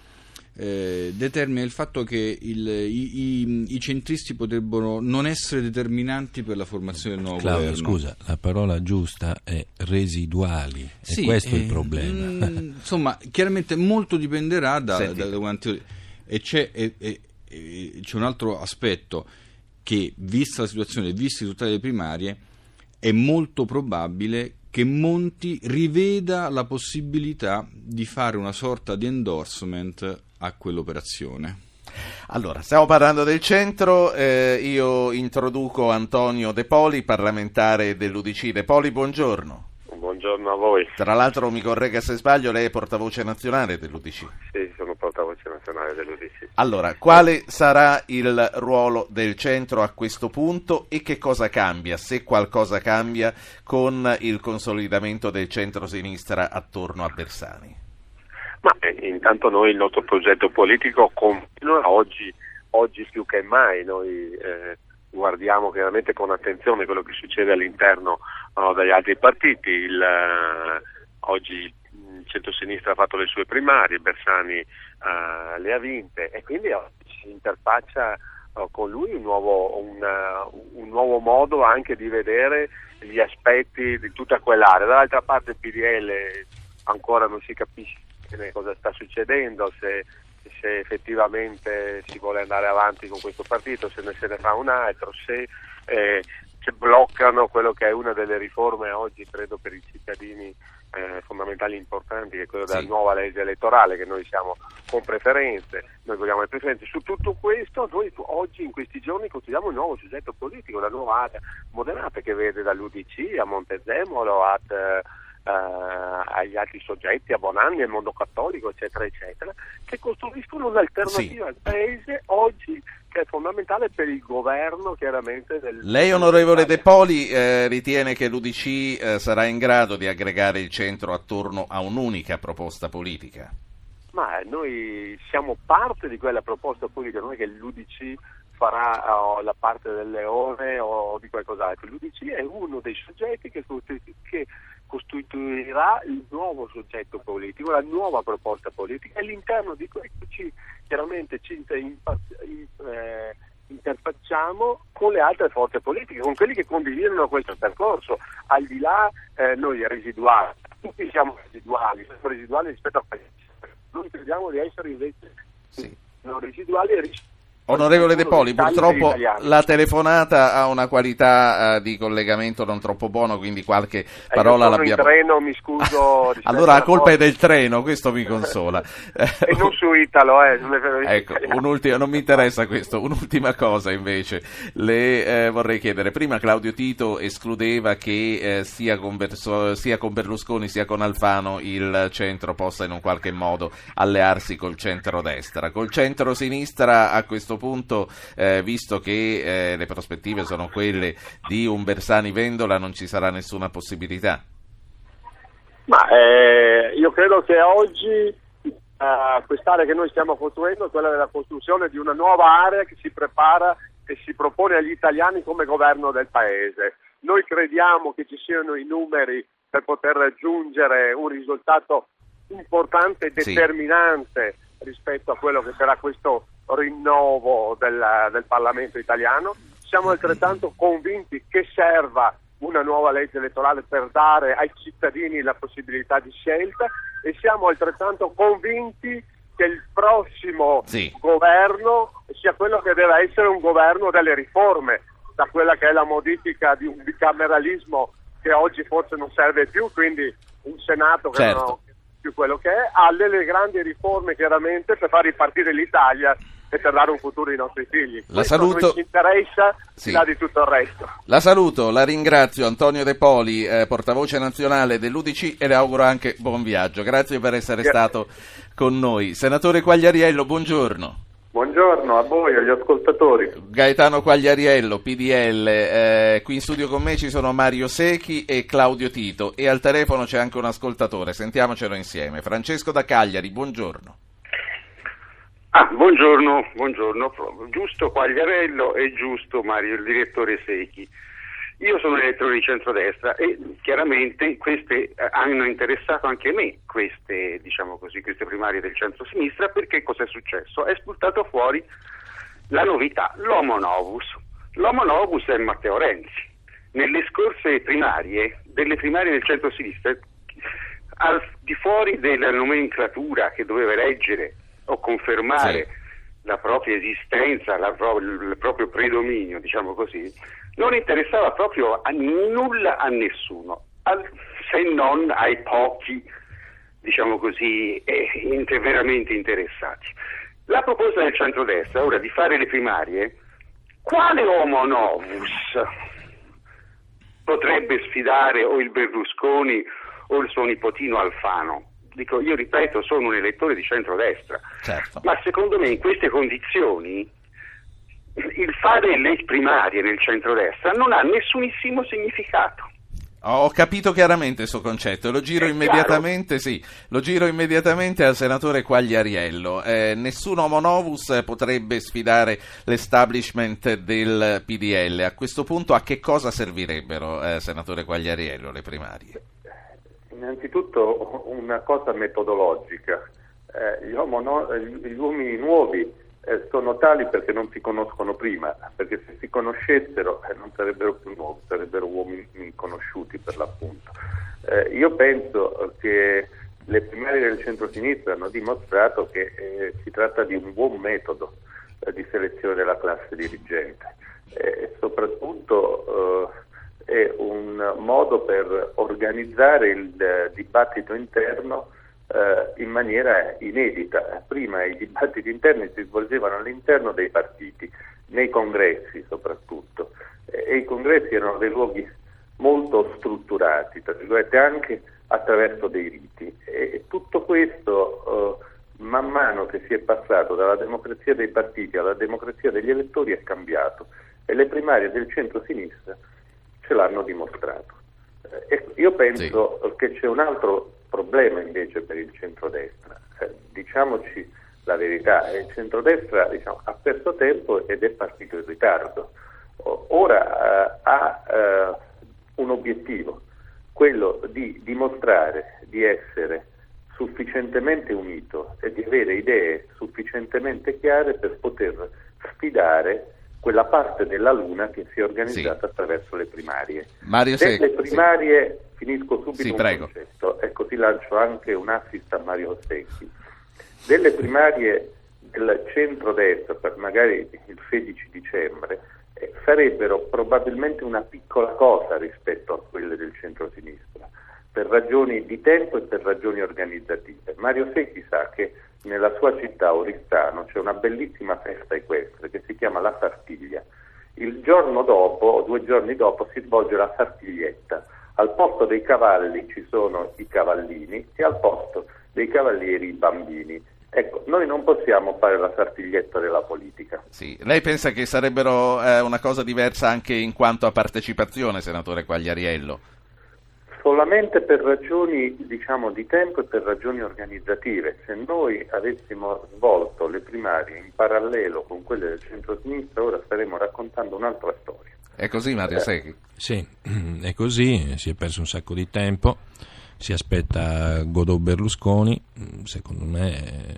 eh, determina il fatto che il, i, i, i centristi potrebbero non essere determinanti per la formazione del nuovo Claudio, governo. Scusa, la parola giusta è residuali, e sì, questo eh, è il problema. Mh, insomma, chiaramente molto dipenderà da, da, da quanti... E c'è, e, e, e c'è un altro aspetto, che vista la situazione, visti i risultati delle primarie, è molto probabile che Monti riveda la possibilità di fare una sorta di endorsement a quell'operazione. Allora, stiamo parlando del centro, eh, io introduco Antonio De Poli, parlamentare dell'U D C. De Poli, buongiorno. Buongiorno a voi. Tra l'altro, mi corregga se sbaglio, lei è portavoce nazionale dell'U D C. Sì, sono portavoce nazionale dell'U D C. Allora, quale sarà il ruolo del centro a questo punto e che cosa cambia, se qualcosa cambia, con il consolidamento del centro-sinistra attorno a Bersani? Ma eh, intanto noi il nostro progetto politico continua, oggi, oggi più che mai noi eh, guardiamo chiaramente con attenzione quello che succede all'interno no, degli altri partiti. Il, eh, oggi il centro-sinistra ha fatto le sue primarie, Bersani eh, le ha vinte e quindi si interfaccia eh, con lui un nuovo, un, uh, un nuovo modo anche di vedere gli aspetti di tutta quell'area. Dall'altra parte il P D L ancora non si capisce cosa sta succedendo, se, se effettivamente si vuole andare avanti con questo partito, se ne, se ne fa un altro, se, eh, se bloccano quello che è una delle riforme oggi credo per i cittadini eh, fondamentali importanti, che è quello della sì. nuova legge elettorale, che noi siamo con preferenze, noi vogliamo le preferenze. Su tutto questo noi oggi in questi giorni costruiamo un nuovo soggetto politico, una nuova area moderata che vede dall'U D C a Montezemolo ad Uh, agli altri soggetti, a Bonanni, al mondo cattolico, eccetera, eccetera, che costruiscono un'alternativa sì. al Paese oggi che è fondamentale per il governo, chiaramente. Del Lei, onorevole De Poli, eh, ritiene che l'U D C eh, sarà in grado di aggregare il centro attorno a un'unica proposta politica? Ma noi siamo parte di quella proposta politica, non è che l'U D C farà oh, la parte del leone o di qualcos'altro. L'U D C è uno dei soggetti che, che costituirà il nuovo soggetto politico, la nuova proposta politica, e all'interno di questo ci, chiaramente ci inter, eh, interfacciamo con le altre forze politiche, con quelli che condividono questo percorso, al di là eh, noi residuali, tutti siamo residuali, siamo residuali rispetto a questo. Noi crediamo di essere invece sì. non residuali e rispetto. Onorevole De Poli, purtroppo la telefonata ha una qualità uh, di collegamento non troppo buono, quindi qualche parola eh, l'abbiamo... in treno, mi scuso. Allora la colpa è del treno, questo mi consola. E non su Italo, eh. Ecco, un'ultima, non mi interessa questo. Un'ultima cosa invece, le eh, vorrei chiedere. Prima Claudio Tito escludeva che eh, sia, con Berso, sia con Berlusconi sia con Alfano il centro possa in un qualche modo allearsi col centrodestra. Col centro-sinistra a questo punto, eh, visto che eh, le prospettive sono quelle di un Bersani-Vendola, non ci sarà nessuna possibilità? Ma eh, io credo che oggi uh, quest'area che noi stiamo costruendo è quella della costruzione di una nuova area che si prepara e si propone agli italiani come governo del paese. Noi crediamo che ci siano i numeri per poter raggiungere un risultato importante e determinante sì. rispetto a quello che sarà questo rinnovo del, del Parlamento italiano. Siamo altrettanto convinti che serva una nuova legge elettorale per dare ai cittadini la possibilità di scelta e siamo altrettanto convinti che il prossimo sì. governo sia quello che deve essere un governo delle riforme, da quella che è la modifica di un bicameralismo che oggi forse non serve più, quindi un Senato che certo. non è più quello che è, alle le grandi riforme chiaramente per far ripartire l'Italia e per dare un futuro ai nostri figli. La Questo saluto. Ci interessa, sì. là di tutto il resto. La saluto, la ringrazio, Antonio De Poli, eh, portavoce nazionale dell'U D C, e le auguro anche buon viaggio. Grazie per essere Grazie. stato con noi. Senatore Quagliariello, buongiorno. Buongiorno a voi, agli ascoltatori. Gaetano Quagliariello, P D L, eh, qui in studio con me ci sono Mario Secchi e Claudio Tito e al telefono c'è anche un ascoltatore, sentiamocelo insieme. Francesco da Cagliari, buongiorno. Ah, buongiorno, buongiorno. Giusto Quagliariello e giusto Mario, il direttore Secchi. Io sono elettore di centrodestra e chiaramente queste hanno interessato anche me, queste, diciamo così, queste primarie del centro-sinistra, perché cosa è successo? È spuntato fuori la novità, l'homo novus. L'homo novus è Matteo Renzi. Nelle scorse primarie, delle primarie del centro-sinistra, al di fuori della nomenclatura che doveva eleggere o confermare sì. la propria esistenza, la pro- il proprio predominio, diciamo così, non interessava proprio a nulla a nessuno, al, se non ai pochi, diciamo così, eh, inter- veramente interessati. La proposta del centrodestra ora di fare le primarie, quale homo novus potrebbe sfidare o il Berlusconi o il suo nipotino Alfano? Dico, io ripeto, sono un elettore di centrodestra, certo. ma secondo me in queste condizioni il fare le primarie nel centrodestra non ha nessunissimo significato. Ho capito chiaramente il suo concetto, lo giro È immediatamente sì, lo giro immediatamente al senatore Quagliariello. Eh, nessun homo novus potrebbe sfidare l'establishment del P D L. A questo punto a che cosa servirebbero, eh, senatore Quagliariello, le primarie? Innanzitutto una cosa metodologica, eh, gli, no, gli uomini nuovi eh, sono tali perché non si conoscono prima, perché se si conoscessero eh, non sarebbero più nuovi, sarebbero uomini conosciuti per l'appunto. Eh, io penso che le primarie del centro-sinistra hanno dimostrato che eh, si tratta di un buon metodo eh, di selezione della classe dirigente e eh, soprattutto eh, è un modo per organizzare il eh, dibattito interno eh, in maniera inedita. Prima i dibattiti interni si svolgevano all'interno dei partiti, nei congressi soprattutto, e, e i congressi erano dei luoghi molto strutturati, tra virgolette, anche attraverso dei riti. E, e tutto questo, eh, man mano che si è passato dalla democrazia dei partiti alla democrazia degli elettori, è cambiato, e le primarie del centro-sinistra ce l'hanno dimostrato. Eh, io penso sì. che c'è un altro problema invece per il centrodestra. Eh, diciamoci la verità, il centrodestra diciamo, ha perso tempo ed è partito in ritardo. O, ora eh, ha eh, un obiettivo, quello di dimostrare di essere sufficientemente unito e di avere idee sufficientemente chiare per poter sfidare quella parte della Luna che si è organizzata sì. attraverso le primarie. Mario Delle Secchi, primarie, sì. finisco subito sì, un prego. concetto, e così lancio anche un assist a Mario Secchi. Delle primarie del centrodestra, per magari il sedici dicembre, eh, sarebbero probabilmente una piccola cosa rispetto a quelle del centrosinistra, per ragioni di tempo e per ragioni organizzative. Mario Secchi sa che nella sua città, Oristano, c'è una bellissima festa equestre che si chiama la Sartiglia. Il giorno dopo, o due giorni dopo, si svolge la Sartiglietta. Al posto dei cavalli ci sono i cavallini e al posto dei cavalieri i bambini. Ecco, noi non possiamo fare la Sartiglietta della politica. Sì. Lei pensa che sarebbero eh, una cosa diversa anche in quanto a partecipazione, senatore Quagliariello? solamente per ragioni, diciamo, di tempo e per ragioni organizzative. Se noi avessimo svolto le primarie in parallelo con quelle del centro-sinistra, ora staremmo raccontando un'altra storia. È così, Mario Secchi? Sì, è così, si è perso un sacco di tempo, si aspetta Godot Berlusconi, secondo me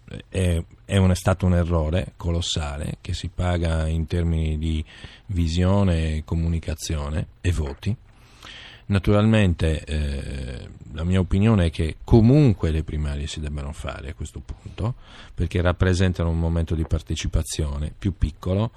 è, è, un, è stato un errore colossale che si paga in termini di visione, comunicazione e voti. Naturalmente eh, la mia opinione è che comunque le primarie si debbano fare a questo punto, perché rappresentano un momento di partecipazione più piccolo,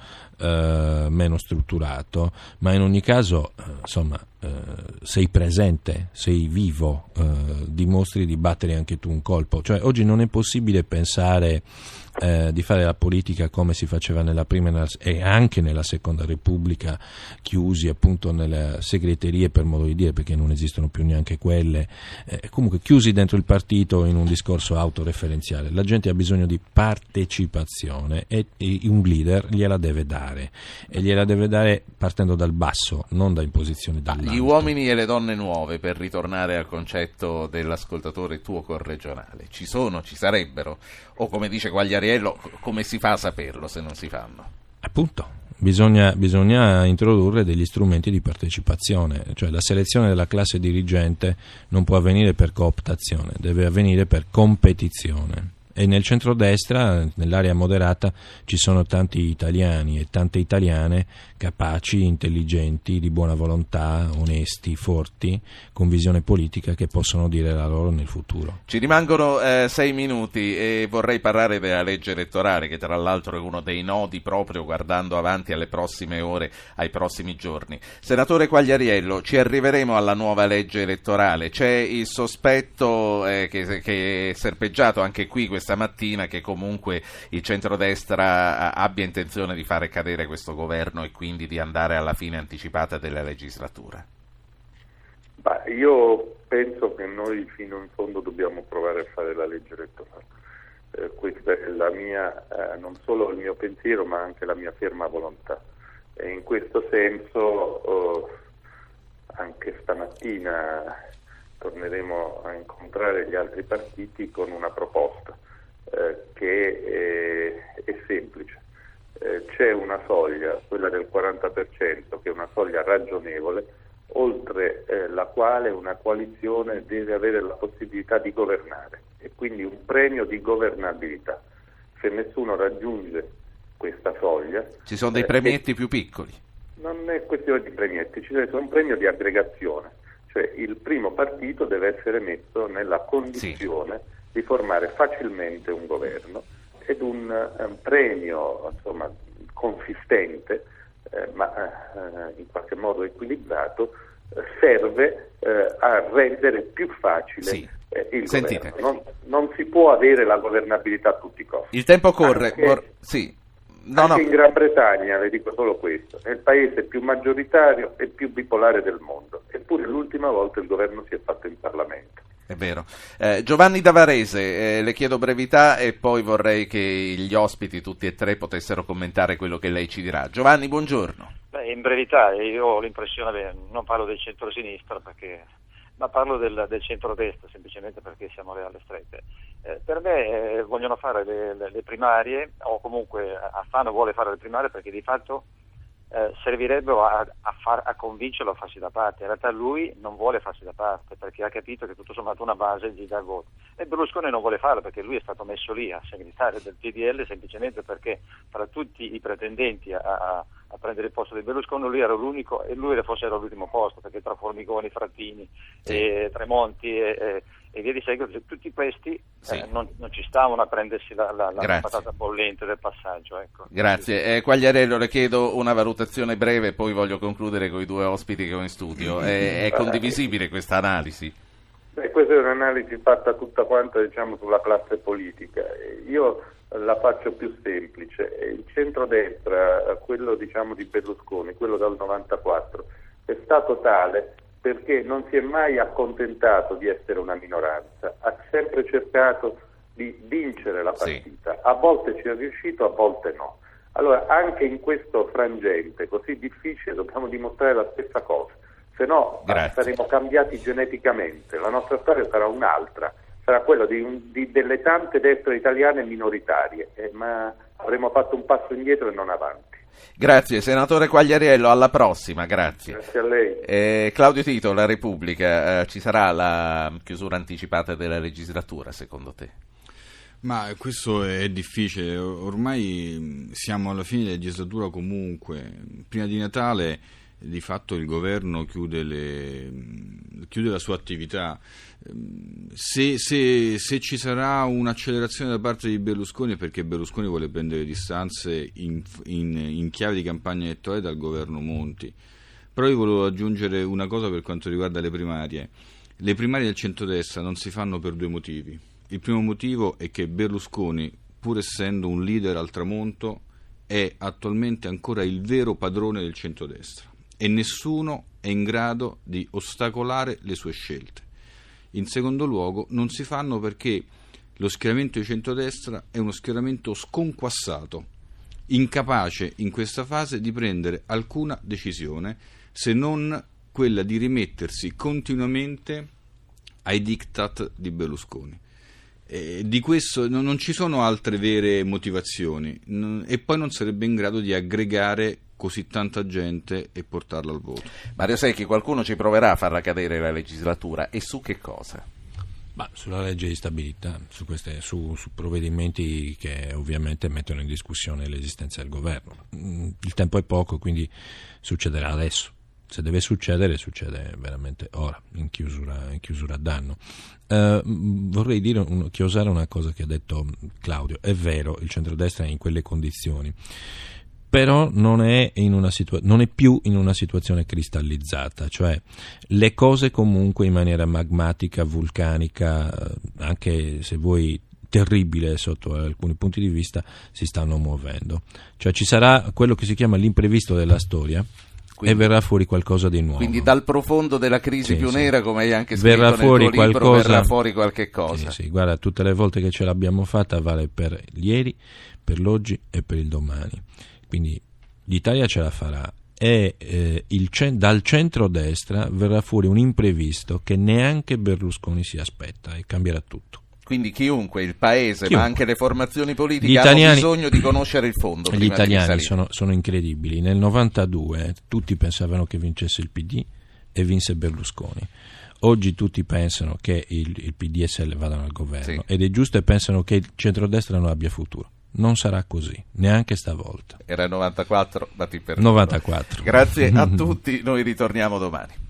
eh, meno strutturato, ma in ogni caso eh, insomma eh, sei presente, sei vivo, eh, dimostri di battere anche tu un colpo. Cioè oggi non è possibile pensare Eh, di fare la politica come si faceva nella prima e, nella, e anche nella seconda Repubblica, chiusi appunto nelle segreterie, per modo di dire, perché non esistono più neanche quelle, eh, comunque chiusi dentro il partito in un discorso autoreferenziale. La gente ha bisogno di partecipazione e, e un leader gliela deve dare, e gliela deve dare partendo dal basso, non da imposizione dall'alto. Gli uomini e le donne nuove, per ritornare al concetto dell'ascoltatore tuo corregionale, ci sono, ci sarebbero, o come dice Quagliariello, come si fa a saperlo se non si fanno? Appunto, bisogna, bisogna introdurre degli strumenti di partecipazione, cioè la selezione della classe dirigente non può avvenire per cooptazione, deve avvenire per competizione. E nel centrodestra, nell'area moderata, ci sono tanti italiani e tante italiane capaci, intelligenti, di buona volontà, onesti, forti, con visione politica, che possono dire la loro nel futuro. Ci rimangono eh, sei minuti e vorrei parlare della legge elettorale, che tra l'altro è uno dei nodi proprio guardando avanti alle prossime ore, ai prossimi giorni. Senatore Quagliariello, ci arriveremo alla nuova legge elettorale. C'è il sospetto eh, che, che è serpeggiato anche qui questa mattina che comunque il centrodestra abbia intenzione di fare cadere questo governo e quindi di andare alla fine anticipata della legislatura. Bah, io penso che noi fino in fondo dobbiamo provare a fare la legge elettorale. Eh, questa è la mia, eh, non solo il mio pensiero, ma anche la mia ferma volontà. E in questo senso eh, anche stamattina torneremo a incontrare gli altri partiti con una proposta eh, che è, è semplice. Eh, c'è una soglia, quella del quaranta per cento, che è una soglia ragionevole, oltre eh, la quale una coalizione deve avere la possibilità di governare, e quindi un premio di governabilità. Se nessuno raggiunge questa soglia... Ci sono dei premietti eh, più piccoli? Non è questione di premietti, ci deve essere un premio di aggregazione, cioè il primo partito deve essere messo nella condizione sì. di formare facilmente un governo, ed un, un premio insomma consistente, eh, ma eh, in qualche modo equilibrato, eh, serve eh, a rendere più facile sì. eh, il Sentite. governo. Non, non si può avere la governabilità a tutti i costi. Il tempo corre. Anche, Vor- sì. no, anche no. in Gran Bretagna, le dico solo questo, è il paese più maggioritario e più bipolare del mondo, eppure l'ultima volta il governo si è fatto in Parlamento. È vero. Eh, Giovanni Davarese, eh, le chiedo brevità e poi vorrei che gli ospiti tutti e tre potessero commentare quello che lei ci dirà. Giovanni, buongiorno. Beh, in brevità io ho l'impressione, beh, non parlo del centro-sinistra perché, ma parlo del, del centro-destra semplicemente perché siamo alle, alle strette. Eh, per me eh, vogliono fare le, le, le primarie, o comunque Alfano vuole fare le primarie perché di fatto Eh, servirebbero a, a, far, a convincerlo a farsi da parte. In realtà lui non vuole farsi da parte perché ha capito che tutto sommato una base gli dà il voto, e Berlusconi non vuole farlo perché lui è stato messo lì a segretario del P D L semplicemente perché tra tutti i pretendenti a, a, a prendere il posto di Berlusconi lui era l'unico, e lui forse era all'ultimo posto, perché tra Formigoni, Frattini, sì. e Tremonti e, e, e via di seguito, tutti questi sì. eh, non, non ci stavano a prendersi la, la, la patata bollente del passaggio. Ecco. Grazie. Eh, Quagliariello, le chiedo una valutazione breve e poi voglio concludere con i due ospiti che ho in studio. È, è condivisibile questa analisi? Beh, questa è un'analisi fatta tutta quanta, diciamo, sulla classe politica. Io la faccio più semplice. Il centrodestra, quello diciamo di Berlusconi, quello dal novantaquattro, è stato tale perché non si è mai accontentato di essere una minoranza, ha sempre cercato di vincere la partita, sì. A volte ci è riuscito, a volte no. Allora anche in questo frangente così difficile dobbiamo dimostrare la stessa cosa, se no saremo cambiati geneticamente, la nostra storia sarà un'altra, sarà quella di, di, delle tante destre italiane minoritarie, eh, ma avremo fatto un passo indietro e non avanti. Grazie senatore Quagliariello, alla prossima, grazie. Grazie a lei. Eh, Claudio Tito, La Repubblica, eh, ci sarà la chiusura anticipata della legislatura secondo te? Ma questo è difficile, ormai siamo alla fine della legislatura comunque, prima di Natale di fatto il governo chiude, le, chiude la sua attività. Se, se, se ci sarà un'accelerazione da parte di Berlusconi è perché Berlusconi vuole prendere distanze in, in, in chiave di campagna elettorale dal governo Monti. Però io volevo aggiungere una cosa per quanto riguarda le primarie. Le primarie del centrodestra non si fanno per due motivi. Il primo motivo è che Berlusconi, pur essendo un leader al tramonto, è attualmente ancora il vero padrone del centrodestra e nessuno è in grado di ostacolare le sue scelte. In secondo luogo, non si fanno perché lo schieramento di centrodestra è uno schieramento sconquassato, incapace in questa fase di prendere alcuna decisione se non quella di rimettersi continuamente ai diktat di Berlusconi. Eh, di questo non, non ci sono altre vere motivazioni non, e poi non sarebbe in grado di aggregare così tanta gente e portarla al voto. Mario Secchi, qualcuno ci proverà a farla cadere la legislatura e su che cosa? Ma sulla legge di stabilità, su, queste, su, su provvedimenti che ovviamente mettono in discussione l'esistenza del governo. Il tempo è poco, quindi succederà adesso. Se deve succedere, succede veramente ora, in chiusura, in chiusura a danno. Uh, vorrei dire un, chiosare una cosa che ha detto Claudio. È vero, il centrodestra è in quelle condizioni, però non è, in una situa- non è più in una situazione cristallizzata, cioè le cose comunque in maniera magmatica, vulcanica, anche se vuoi terribile sotto alcuni punti di vista, si stanno muovendo. Cioè ci sarà quello che si chiama l'imprevisto della storia. Quindi, e verrà fuori qualcosa di nuovo. Quindi dal profondo della crisi sì, più sì. nera, come hai anche scritto verrà nel fuori tuo libro, qualcosa, verrà fuori qualche cosa. Sì, sì, guarda, tutte le volte che ce l'abbiamo fatta vale per ieri, per l'oggi e per il domani. Quindi l'Italia ce la farà e eh, il, dal centro-destra verrà fuori un imprevisto che neanche Berlusconi si aspetta e cambierà tutto. Quindi chiunque, il paese, chiunque. ma anche le formazioni politiche Gli hanno italiani, bisogno di conoscere il fondo. Gli prima italiani di sono, sono incredibili. Nel novantadue tutti pensavano che vincesse il P D e vinse Berlusconi. Oggi tutti pensano che il, il P D e S L vadano al governo, sì. Ed è giusto e pensano che il centrodestra non abbia futuro. Non sarà così, neanche stavolta. Era il novantaquattro, batti per novantaquattro. Grazie a tutti, noi ritorniamo domani.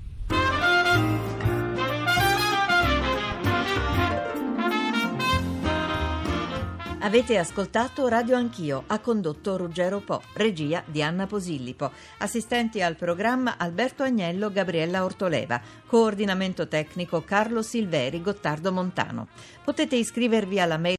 Avete ascoltato Radio Anch'io, ha condotto Ruggero Po, regia di Anna Posillipo, assistenti al programma Alberto Agnello, Gabriella Ortoleva, coordinamento tecnico Carlo Silveri, Gottardo Montano. Potete iscrivervi alla mail